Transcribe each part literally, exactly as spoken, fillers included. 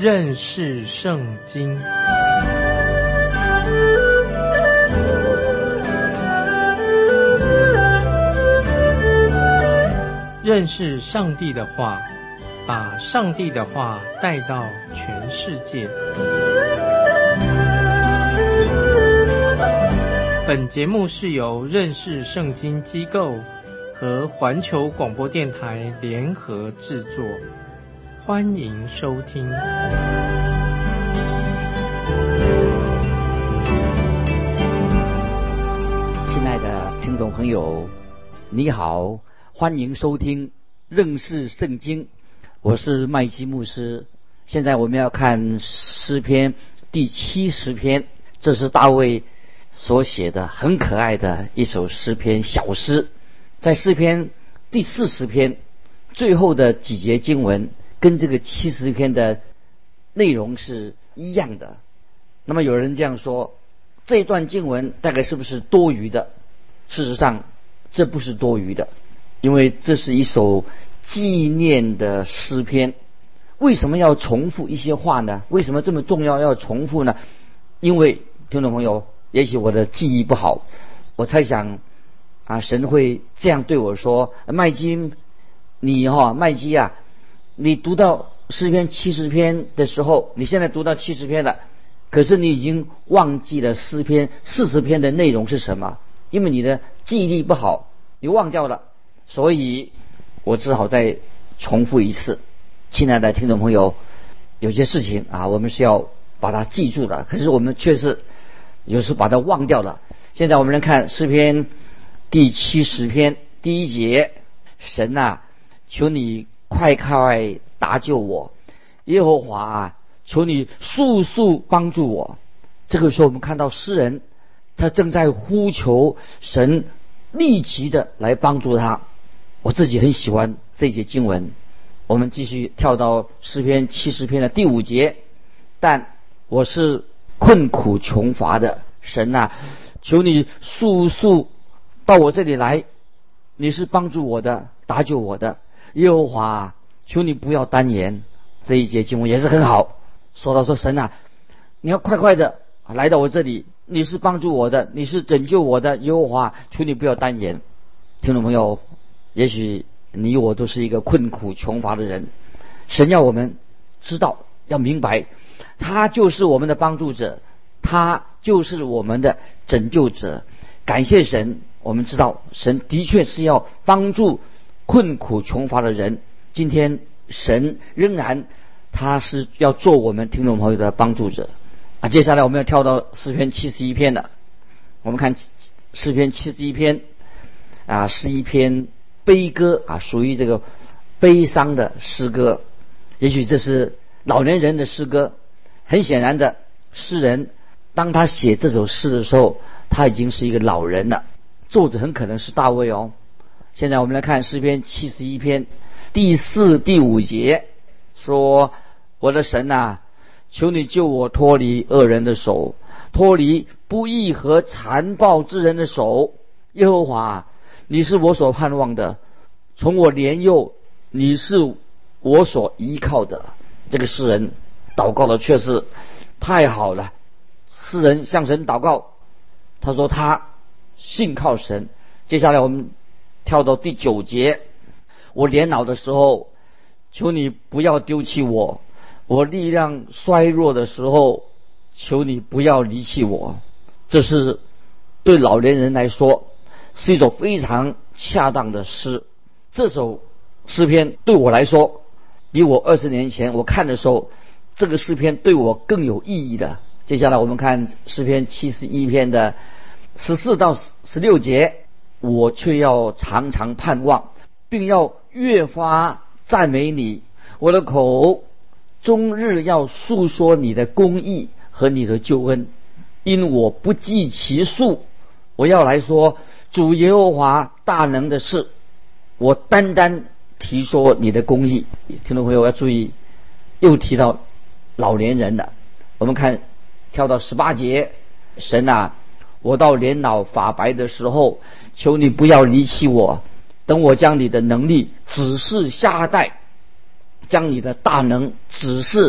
认识圣经。认识上帝的话，把上帝的话带到全世界。本节目是由认识圣经机构和环球广播电台联合制作，欢迎收听。 亲爱的听众朋友，你好，欢迎收听认识圣经，我是麦基牧师。现在我们要看诗篇第七十篇，这是大卫所写的很可爱的一首诗篇小诗。在诗篇第四十篇最后的几节经文跟这个七十篇的内容是一样的。那么有人这样说，这一段经文大概是不是多余的？事实上这不是多余的，因为这是一首纪念的诗篇。为什么要重复一些话呢？为什么这么重要要重复呢？因为听众朋友，也许我的记忆不好，我猜想啊，神会这样对我说：麦基，你哈、哦、麦基啊，你读到诗篇七十篇的时候，你现在读到七十篇了，可是你已经忘记了诗篇四十篇的内容是什么，因为你的记忆力不好，你忘掉了，所以我只好再重复一次。亲爱的听众朋友，有些事情啊，我们是要把它记住的，可是我们却是有时把它忘掉了。现在我们来看诗篇第七十篇第一节：神啊，求你快快搭救我，耶和华啊，求你速速帮助我。这个时候我们看到诗人他正在呼求神立即的来帮助他。我自己很喜欢这节经文。我们继续跳到诗篇七十篇的第五节：但我是困苦穷乏的，神啊，求你速速到我这里来，你是帮助我的，搭救我的。耶和华啊，求你不要单言。这一节经文也是很好，说到说神啊，你要快快的来到我这里，你是帮助我的，你是拯救我的。耶和华，求你不要单言。听众朋友，也许你我都是一个困苦穷乏的人，神要我们知道，要明白，他就是我们的帮助者，他就是我们的拯救者。感谢神，我们知道神的确是要帮助困苦穷乏的人。今天神仍然他是要做我们听众朋友的帮助者啊。接下来我们要跳到诗篇七十一篇了。我们看诗篇七十一篇啊，是一篇悲歌啊，属于这个悲伤的诗歌。也许这是老年人的诗歌。很显然的，诗人当他写这首诗的时候，他已经是一个老人了。作者很可能是大卫哦。现在我们来看诗篇七十一篇第四、第五节，说：我的神啊，求你救我脱离恶人的手，脱离不义和残暴之人的手。耶和华，你是我所盼望的，从我年幼，你是我所依靠的。这个诗人祷告的却是太好了。诗人向神祷告，他说他信靠神。接下来我们跳到第九节：我年老的时候，求你不要丢弃我；我力量衰弱的时候，求你不要离弃我。这是对老年人来说是一首非常恰当的诗。这首诗篇对我来说，比我二十年前我看的时候，这个诗篇对我更有意义的。接下来我们看诗篇七十一篇的十四到十六节：我却要常常盼望，并要越发赞美你，我的口终日要述说你的公义和你的救恩，因我不计其数。我要来说主耶和华大能的事，我单单提说你的公义。听众朋友要注意，又提到老年人了。我们看跳到十八节：神啊，我到年老发白的时候，求你不要离弃我，等我将你的能力指示下代，将你的大能指示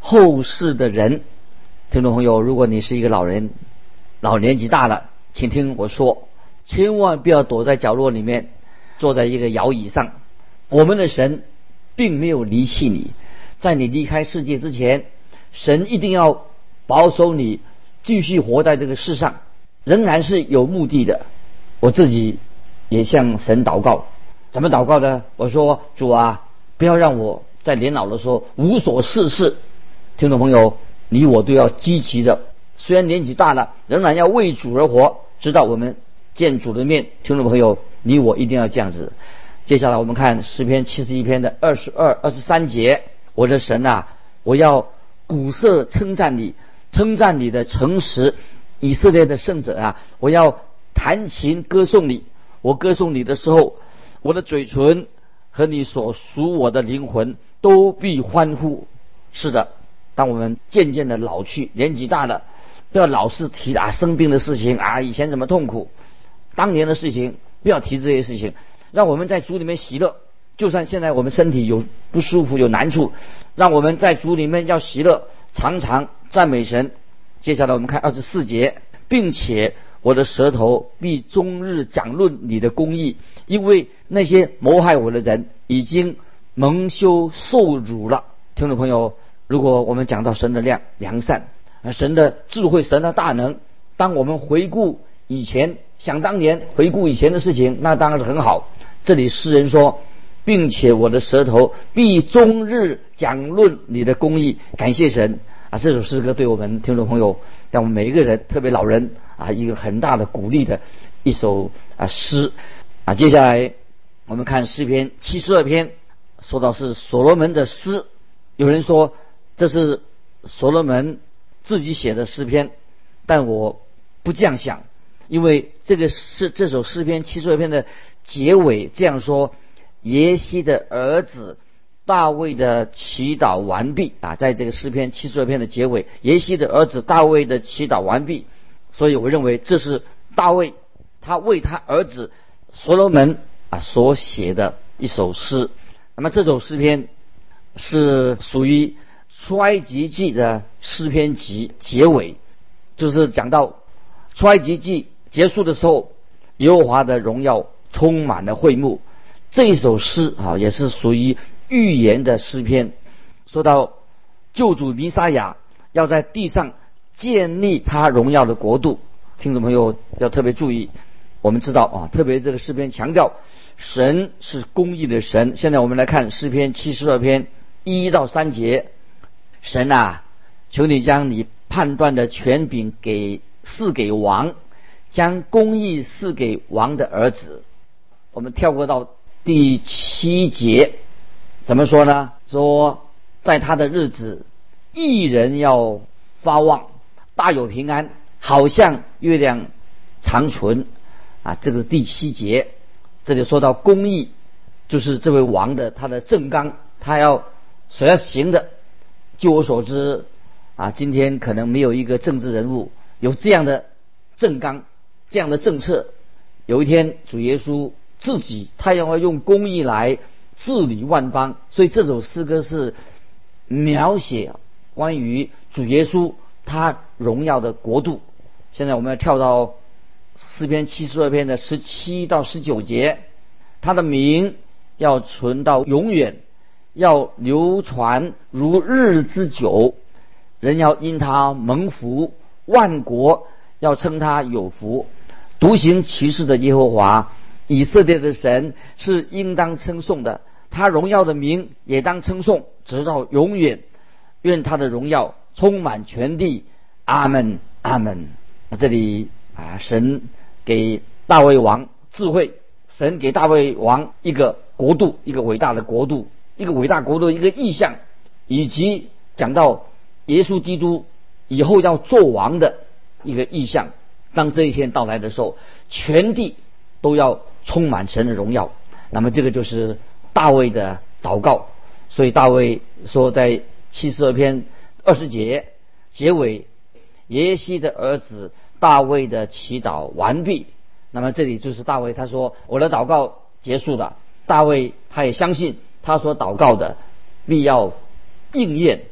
后世的人。听众朋友，如果你是一个老人，老年纪大了，请听我说，千万不要躲在角落里面，坐在一个摇椅上。我们的神并没有离弃你，在你离开世界之前，神一定要保守你继续活在这个世上，仍然是有目的的。我自己也向神祷告，怎么祷告呢？我说，主啊，不要让我在年老的时候无所事事。听众朋友，你我都要积极的，虽然年纪大了，仍然要为主而活，直到我们见主的面。听众朋友，你我一定要这样子。接下来我们看诗篇七十一篇的二十二、二十三节。我的神啊，我要鼓瑟称赞你，称赞你的诚实，以色列的圣者啊，我要弹琴歌颂你。我歌颂你的时候，我的嘴唇和你所属我的灵魂都必欢呼。是的，当我们渐渐的老去，年纪大了，不要老是提啊生病的事情啊，以前怎么痛苦，当年的事情，不要提这些事情，让我们在主里面喜乐。就算现在我们身体有不舒服有难处，让我们在主里面要喜乐，常常赞美神。接下来我们看二十四节，并且我的舌头必终日讲论你的公义，因为那些谋害我的人已经蒙羞受辱了。听众朋友，如果我们讲到神的良良善，神的智慧，神的大能，当我们回顾以前，想当年回顾以前的事情，那当然是很好。这里诗人说，并且我的舌头必终日讲论你的公义。感谢神啊！这首诗歌对我们听众朋友，让我们每一个人，特别老人啊，一个很大的鼓励的一首啊诗啊。接下来我们看诗篇七十二篇，说到是所罗门的诗。有人说这是所罗门自己写的诗篇，但我不这样想，因为这个是这首诗篇七十二篇的结尾这样说：耶西的儿子大卫的祈祷完毕啊，在这个诗篇七十二篇的结尾，耶西的儿子大卫的祈祷完毕。所以我认为这是大卫他为他儿子所罗门啊所写的一首诗。那么这首诗篇是属于出埃及记的诗篇集结尾，就是讲到出埃及记结束的时候，耶和华的荣耀充满了会幕。这一首诗啊，也是属于预言的诗篇，说到救主弥撒亚要在地上建立他荣耀的国度。听众朋友要特别注意，我们知道啊，特别这个诗篇强调神是公义的神。现在我们来看诗篇七十二篇一到三节。神啊，求你将你判断的权柄给赐给王，将公义赐给王的儿子。我们跳过到第七节，怎么说呢？说在他的日子，义人要发旺，大有平安，好像月亮长存啊。这个是第七节，这里说到公义，就是这位王的他的正纲，他要所要行的。据我所知啊，今天可能没有一个政治人物有这样的正纲，这样的政策。有一天主耶稣自己他要用公义来治理万邦，所以这首诗歌是描写关于主耶稣他荣耀的国度。现在我们要跳到诗篇七十二篇的十七到十九节，他的名要存到永远，要流传如日之久，人要因他蒙福，万国要称他有福。独行其事的耶和华，以色列的神是应当称颂的，他荣耀的名也当称颂，直到永远。愿他的荣耀充满全地。阿们，阿们。这里啊，神给大卫王智慧，神给大卫王一个国度，一个伟大的国度，一个伟大国度一个意象，以及讲到耶稣基督以后要做王的一个意象。当这一天到来的时候，全地都要充满神的荣耀。那么这个就是大卫的祷告。所以大卫说在七十二篇二十节结尾，耶西的儿子大卫的祈祷完毕。那么这里就是大卫他说我的祷告结束了。大卫他也相信他所祷告的必要应验。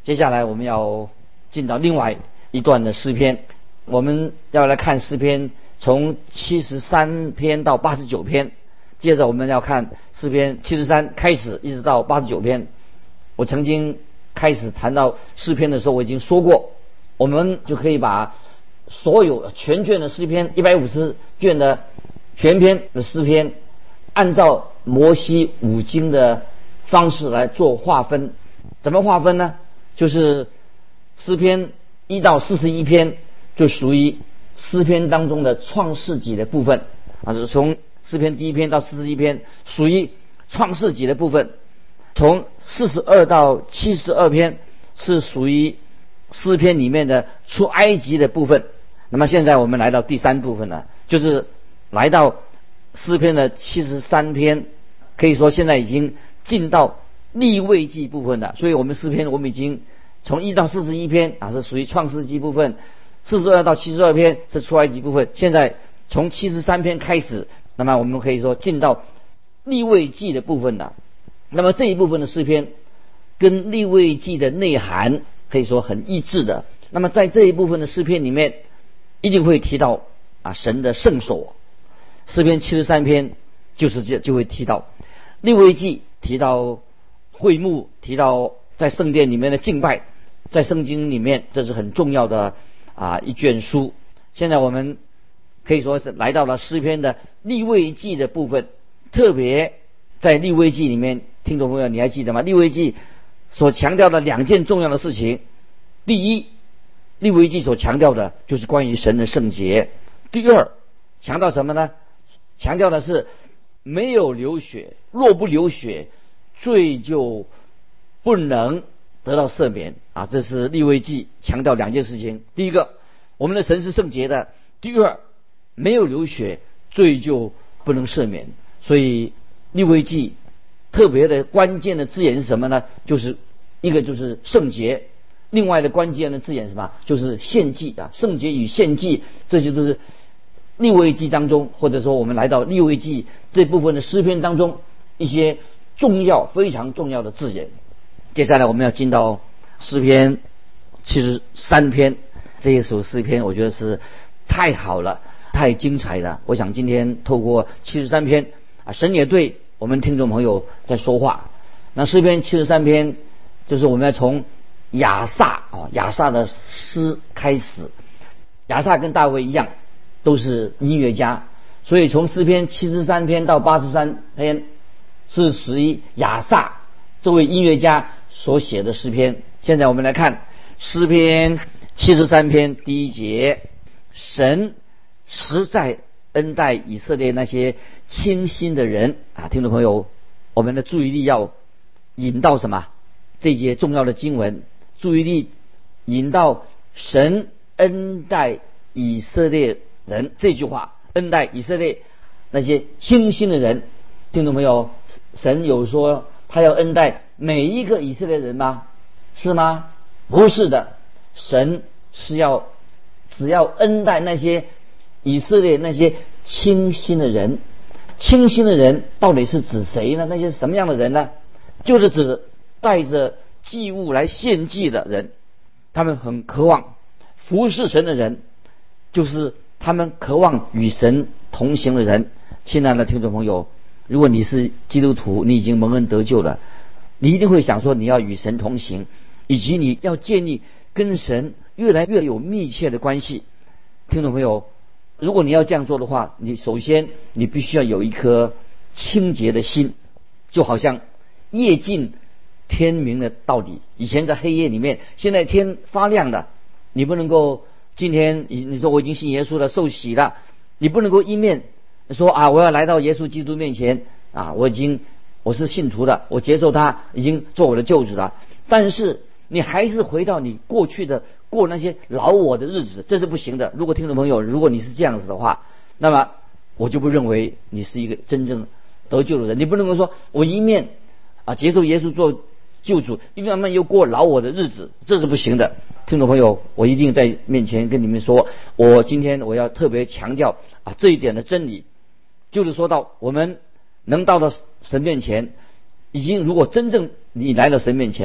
接下来我们要进到另外一段的诗篇，我们要来看诗篇从七十三篇到八十九篇，接着我们要看诗篇七十三开始一直到八十九篇。我曾经开始谈到诗篇的时候，我已经说过，我们就可以把所有全卷的诗篇一百五十卷的全篇的诗篇，按照摩西五经的方式来做划分。怎么划分呢？就是诗篇一到四十一篇就属于诗篇当中的创世纪的部分啊，就是从诗篇第一篇到四十一篇属于创世纪的部分，从四十二到七十二篇是属于诗篇里面的出埃及的部分。那么现在我们来到第三部分了，就是来到诗篇的七十三篇，可以说现在已经进到利未记部分了。所以我们诗篇我们已经从一到四十一篇啊是属于创世纪部分，四十二到七十二篇是出埃及部分。现在从七十三篇开始，那么我们可以说进到利未记的部分了。那么这一部分的诗篇跟利未记的内涵可以说很一致的。那么在这一部分的诗篇里面，一定会提到啊神的圣所。诗篇七十三篇就是这就会提到利未记，提到会幕，提到在圣殿里面的敬拜，在圣经里面这是很重要的啊一卷书。现在我们可以说是来到了诗篇的利未记的部分，特别在利未记里面，听众朋友你还记得吗？利未记所强调的两件重要的事情，第一，利未记所强调的就是关于神的圣洁。第二，强调什么呢？强调的是没有流血，若不流血，罪就不能得到赦免啊！这是利未记强调两件事情：第一个，我们的神是圣洁的；第二，没有流血，罪就不能赦免。所以利未记特别的关键的字眼是什么呢？就是一个就是圣洁。另外的关键的字眼是什么？就是献祭啊，圣洁与献祭，这些都是利未记当中，或者说我们来到利未记这部分的诗篇当中一些重要非常重要的字眼。接下来我们要进到诗篇七十三篇，这一首诗篇我觉得是太好了，太精彩了。我想今天透过七十三篇啊，神也对我们听众朋友在说话。那诗篇七十三篇就是我们要从亚萨啊，亚萨的诗开始。亚萨跟大卫一样，都是音乐家，所以从诗篇七十三篇到八十三篇是属于亚萨这位音乐家所写的诗篇。现在我们来看诗篇七十三篇第一节：神实在恩待以色列那些清心的人啊！听众朋友，我们的注意力要引到什么？这节重要的经文，注意力引到神恩待以色列人这句话，恩待以色列那些清心的人。听众朋友，神有说他要恩待每一个以色列人吗？是吗？不是的，神是要只要恩待那些以色列那些清心的人。清心的人到底是指谁呢？那些什么样的人呢？就是指带着祭物来献祭的人，他们很渴望服侍神的人，就是他们渴望与神同行的人。亲爱的听众朋友，如果你是基督徒，你已经蒙恩得救了，你一定会想说你要与神同行，以及你要建立跟神越来越有密切的关系。听众朋友，如果你要这样做的话，你首先你必须要有一颗清洁的心，就好像夜尽天明的道理。以前在黑夜里面，现在天发亮了，你不能够今天你说我已经信耶稣了，受洗了，你不能够一面说啊我要来到耶稣基督面前啊，我已经我是信徒的，我接受他已经做我的救主了，但是你还是回到你过去的过那些老我的日子，这是不行的。如果听众朋友，如果你是这样子的话，那么我就不认为你是一个真正得救的人。你不能够说我一面啊接受耶稣做救主，一方面又过老我的日子，这是不行的。听众朋友，我一定在面前跟你们说，我今天我要特别强调啊这一点的真理，就是说到我们能到了神面前，已经如果真正你来到神面前了，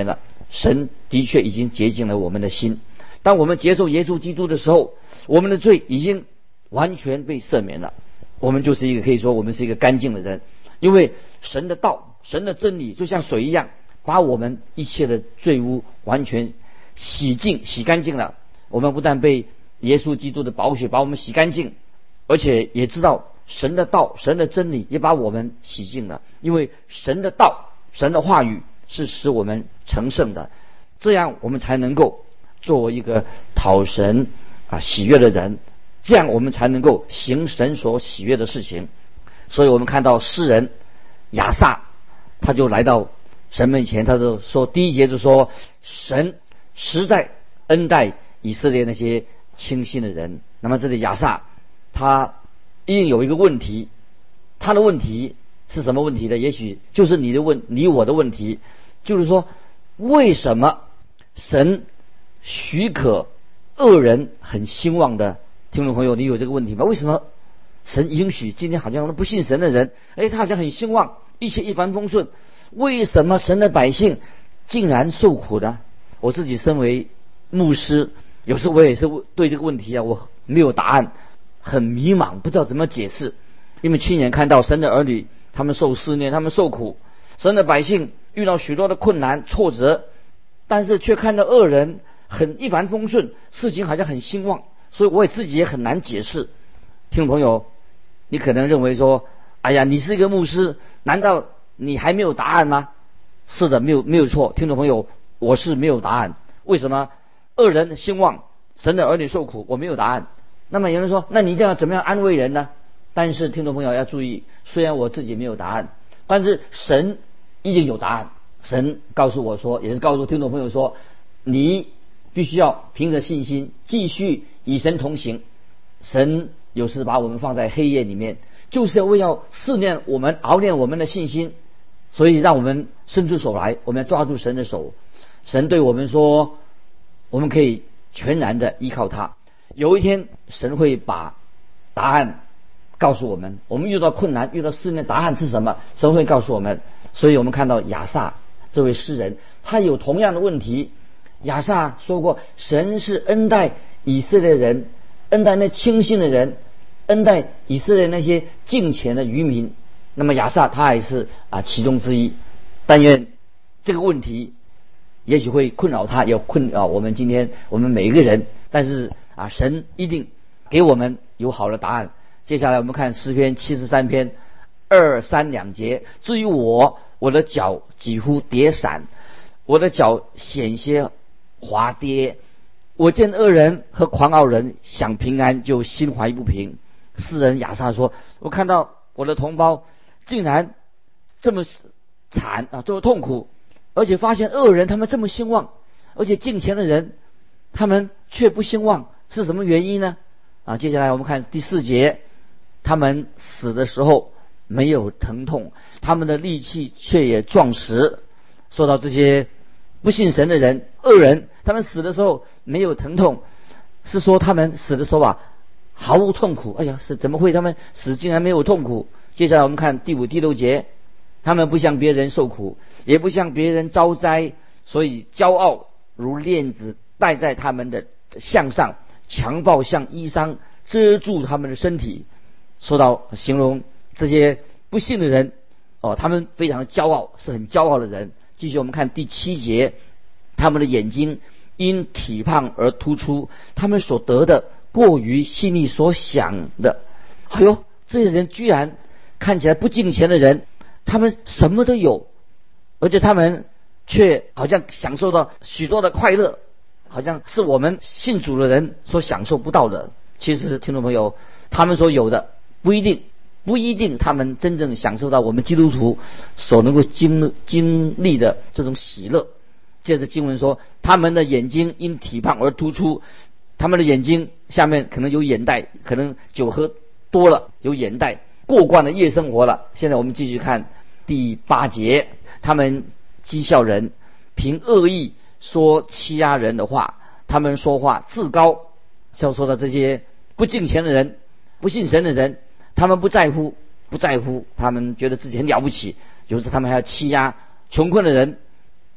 神的确已经洁净了我们的心。当我们接受耶稣基督的时候，我们的罪已经完全被赦免了，我们就是一个可以说我们是一个干净的人，因为神的道、神的真理就像水一样，把我们一切的罪污完全洗净、洗干净了。我们不但被耶稣基督的宝血把我们洗干净，而且也知道神的道、神的真理也把我们洗净了。因为神的道、神的话语是使我们成圣的，这样我们才能够作为一个讨神啊喜悦的人，这样我们才能够行神所喜悦的事情。所以我们看到诗人亚萨，他就来到神面前，他就说，第一节就说，神实在恩待以色列那些轻信的人。那么这里亚萨他一定有一个问题，他的问题是什么问题呢？也许就是你的问你我的问题，就是说为什么神许可恶人很兴旺的？听众朋友，你有这个问题吗？为什么神允许今天好像不信神的人，哎，他好像很兴旺，一切一帆风顺，为什么神的百姓竟然受苦呢？我自己身为牧师，有时候我也是对这个问题啊，我没有答案，很迷茫，不知道怎么解释。因为亲眼看到神的儿女他们受试炼，他们受苦，神的百姓遇到许多的困难挫折，但是却看到恶人很一帆风顺，事情好像很兴旺，所以我也自己也很难解释。听众朋友，你可能认为说，哎呀，你是一个牧师，难道你还没有答案吗？是的，没有没有错。听众朋友，我是没有答案。为什么恶人兴旺，神的儿女受苦？我没有答案。那么有人说，那你这样怎么样安慰人呢？但是听众朋友要注意，虽然我自己没有答案，但是神一定有答案。神告诉我说，也是告诉听众朋友说，你必须要凭着信心继续与神同行。神有时把我们放在黑夜里面，就是为要试炼我们，熬炼我们的信心，所以让我们伸出手来，我们要抓住神的手。神对我们说，我们可以全然的依靠他。有一天神会把答案告诉我们，我们遇到困难遇到试炼，答案是什么？神会告诉我们。所以我们看到亚萨这位诗人，他有同样的问题。亚萨说过，神是恩待以色列人，恩待那轻信的人，恩待以色列那些敬虔的渔民。那么亚萨他也是啊其中之一。但愿这个问题也许会困扰他，也困扰我们今天我们每一个人。但是啊，神一定给我们有好的答案。接下来我们看诗篇七十三篇二三两节。至于我，我的脚几乎跌散，我的脚险些滑跌。我见恶人和狂傲人想平安，就心怀不平。诗人亚萨说，我看到我的同胞竟然这么惨啊，这么痛苦，而且发现恶人他们这么兴旺，而且敬虔的人他们却不兴旺，是什么原因呢？啊，接下来我们看第四节，他们死的时候没有疼痛，他们的力气却也壮实。说到这些不信神的人，恶人，他们死的时候没有疼痛，是说他们死的时候啊毫无痛苦。哎呀，是怎么会他们死竟然没有痛苦？接下来我们看第五第六节，他们不向别人受苦，也不向别人遭灾，所以骄傲如链子戴在他们的项上，强暴像衣裳遮住他们的身体。说到形容这些不信的人哦，他们非常骄傲，是很骄傲的人。继续我们看第七节，他们的眼睛因体胖而突出，他们所得的过于心里所想的。哎呦，这些人居然看起来不敬虔的人，他们什么都有，而且他们却好像享受到许多的快乐，好像是我们信主的人所享受不到的。其实听众朋友，他们所有的不一定不一定他们真正享受到我们基督徒所能够经经历的这种喜乐。接着经文说，他们的眼睛因体胖而突出，他们的眼睛下面可能有眼袋，可能酒喝多了有眼袋，过惯了夜生活了。现在我们继续看第八节，他们讥笑人，凭恶意说欺压人的话，他们说话自高。要说到这些不敬虔的人，不信神的人，他们不在乎不在乎他们觉得自己很了不起，有时他们还要欺压穷困的人。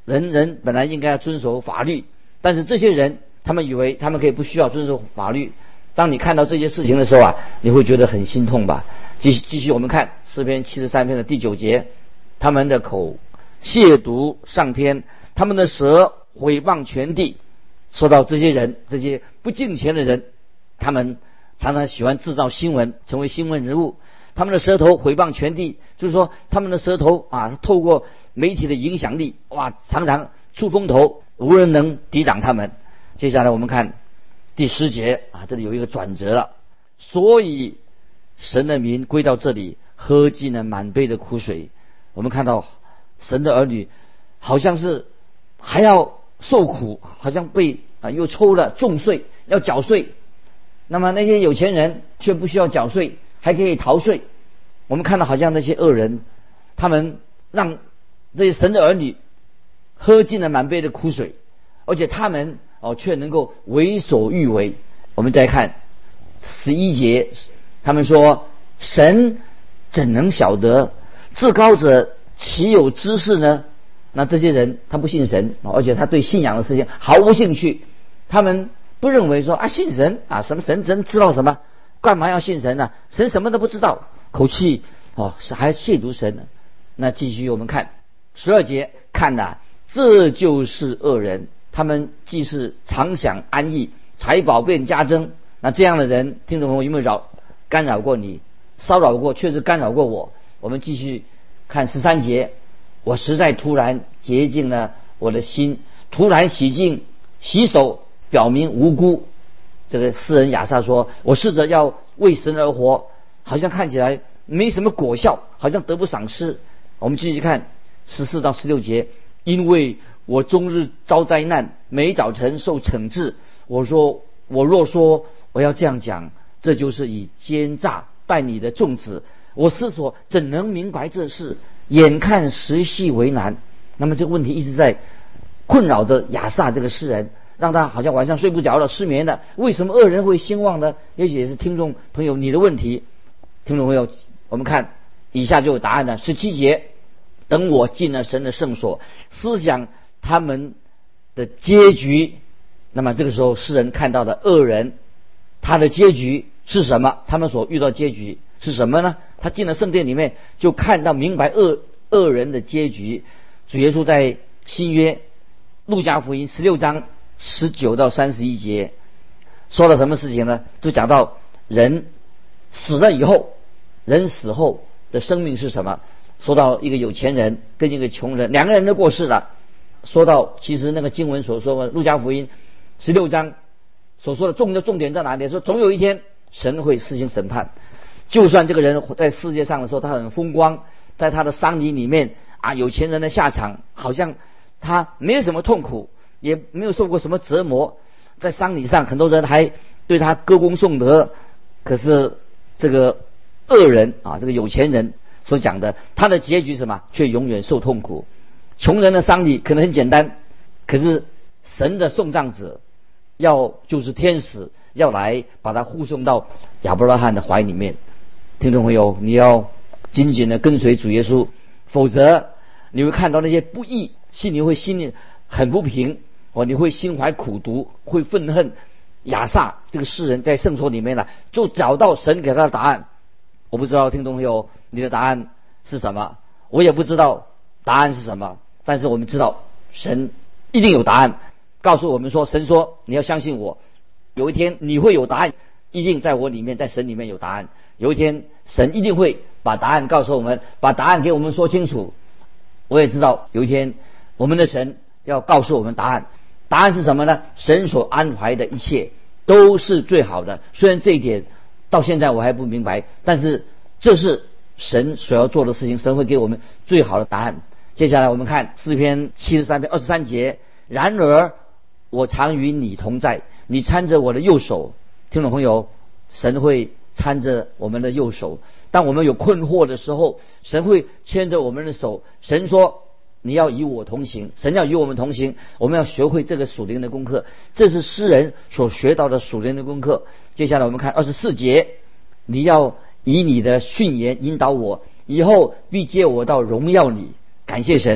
人人本来应该要遵守法律，但是这些人他们以为他们可以不需要遵守法律。当你看到这些事情的时候啊，你会觉得很心痛吧。继续继续我们看诗篇七十三篇的第九节，他们的口亵渎上天，他们的舌毁谤全地。说到这些人，这些不敬虔的人，他们常常喜欢制造新闻，成为新闻人物。他们的舌头毁谤全地，就是说他们的舌头啊，透过媒体的影响力，哇，常常出风头，无人能抵挡他们。接下来我们看第十节啊，这里有一个转折了。所以神的民归到这里，喝尽了满杯的苦水。我们看到神的儿女好像是还要受苦，好像被啊又抽了重税，要缴税。那么那些有钱人却不需要缴税，还可以逃税。我们看到好像那些恶人，他们让这些神的儿女喝尽了满杯的苦水，而且他们哦却能够为所欲为。我们再看十一节，他们说神怎能晓得？至高者岂有知识呢？那这些人他不信神，而且他对信仰的事情毫无兴趣。他们不认为说啊信神啊什么神神知道什么？干嘛要信神呢、啊？神什么都不知道，口气哦是还亵渎神呢。那继续我们看十二节，看呐、啊，这就是恶人，他们既是常享安逸，财宝便加增。那这样的人，听众朋友有没有扰干扰过你？骚扰过，确实干扰过我。我们继续看十三节，我实在突然洁净了我的心，突然洗净洗手，表明无辜。这个诗人亚萨说，我试着要为神而活，好像看起来没什么果效，好像得不赏识。我们继续看十四到十六节，因为我终日遭灾难，每早晨受惩治。我说我若说我要这样讲，这就是以奸诈待你的众子。我思索怎能明白这事，眼看时系为难。那么这个问题一直在困扰着亚萨这个诗人，让他好像晚上睡不着了，失眠了。为什么恶人会兴旺呢？也许也是听众朋友你的问题。听众朋友，我们看以下就有答案了。十七节，等我进了神的圣所，思想他们的结局。那么这个时候诗人看到的恶人，他的结局是什么？他们所遇到结局是什么呢？他进了圣殿里面，就看到明白恶恶人的结局。主耶稣在新约路加福音十六章十九到三十一节说了什么事情呢？就讲到人死了以后，人死后的生命是什么？说到一个有钱人跟一个穷人，两个人都过世了。说到其实那个经文所说的路加福音十六章所说的重的重点在哪里？说总有一天神会施行审判。就算这个人在世界上的时候他很风光，在他的丧礼里面啊，有钱人的下场好像他没有什么痛苦，也没有受过什么折磨，在丧礼上很多人还对他歌功颂德。可是这个恶人啊，这个有钱人所讲的，他的结局是什么？却永远受痛苦。穷人的丧礼可能很简单，可是神的送葬者要就是天使要来把他护送到亚伯拉罕的怀里面。听众朋友，你要紧紧的跟随主耶稣，否则你会看到那些不义，心里会心里很不平，哦，你会心怀苦毒，会愤恨。亚萨这个诗人在圣所里面呢，就找到神给他的答案。我不知道听众朋友你的答案是什么，我也不知道答案是什么，但是我们知道神一定有答案，告诉我们说，神说你要相信我，有一天你会有答案，一定在我里面，在神里面有答案。有一天神一定会把答案告诉我们，把答案给我们说清楚。我也知道有一天我们的神要告诉我们答案。答案是什么呢？神所安排的一切都是最好的。虽然这一点到现在我还不明白，但是这是神所要做的事情，神会给我们最好的答案。接下来我们看诗篇七十三篇二十三节，然而我常与你同在，你搀着我的右手。听众朋友，神会搀着我们的右手，当我们有困惑的时候，神会牵着我们的手。神说你要与我同行，神要与我们同行，我们要学会这个属灵的功课，这是诗人所学到的属灵的功课。接下来我们看二十四节，你要以你的训言引导我，以后必接我到荣耀里。感谢神，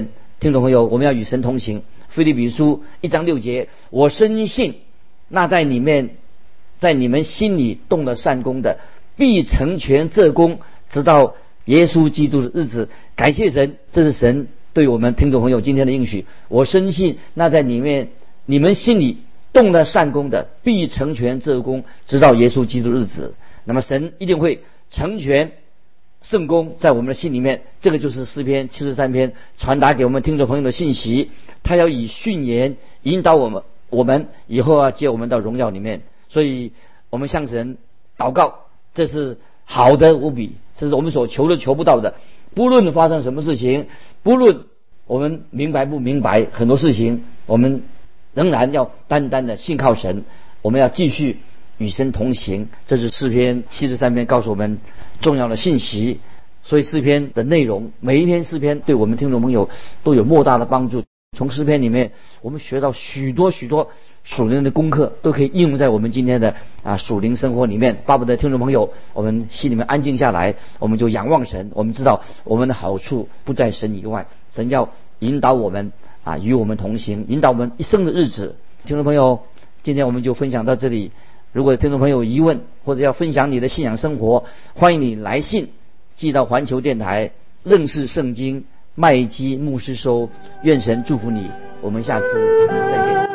听众朋友，我们要与神同行。腓立比书一章六节，我深信那在里面在你们心里动了善功的，必成全这功，直到耶稣基督的日子。感谢神，这是神对我们听众朋友今天的应许。我深信那在里面你们心里动了善功的，必成全这功，直到耶稣基督的日子。那么神一定会成全圣功在我们的心里面。这个就是诗篇七十三篇传达给我们听众朋友的信息。他要以训言引导我们，我们以后要接我们到荣耀里面。所以我们向神祷告，这是好的无比，这是我们所求的求不到的。不论发生什么事情，不论我们明白不明白很多事情，我们仍然要单单的信靠神，我们要继续与神同行。这是诗篇七十三篇告诉我们重要的信息。所以诗篇的内容，每一篇诗篇对我们听众朋友都有莫大的帮助。从诗篇里面我们学到许多许多属灵的功课，都可以应用在我们今天的啊属灵生活里面。巴不得听众朋友我们心里面安静下来，我们就仰望神。我们知道我们的好处不在神以外，神要引导我们啊与我们同行，引导我们一生的日子。听众朋友，今天我们就分享到这里。如果听众朋友有疑问或者要分享你的信仰生活，欢迎你来信寄到环球电台认识圣经麦基牧师收。愿神祝福你，我们下次再见。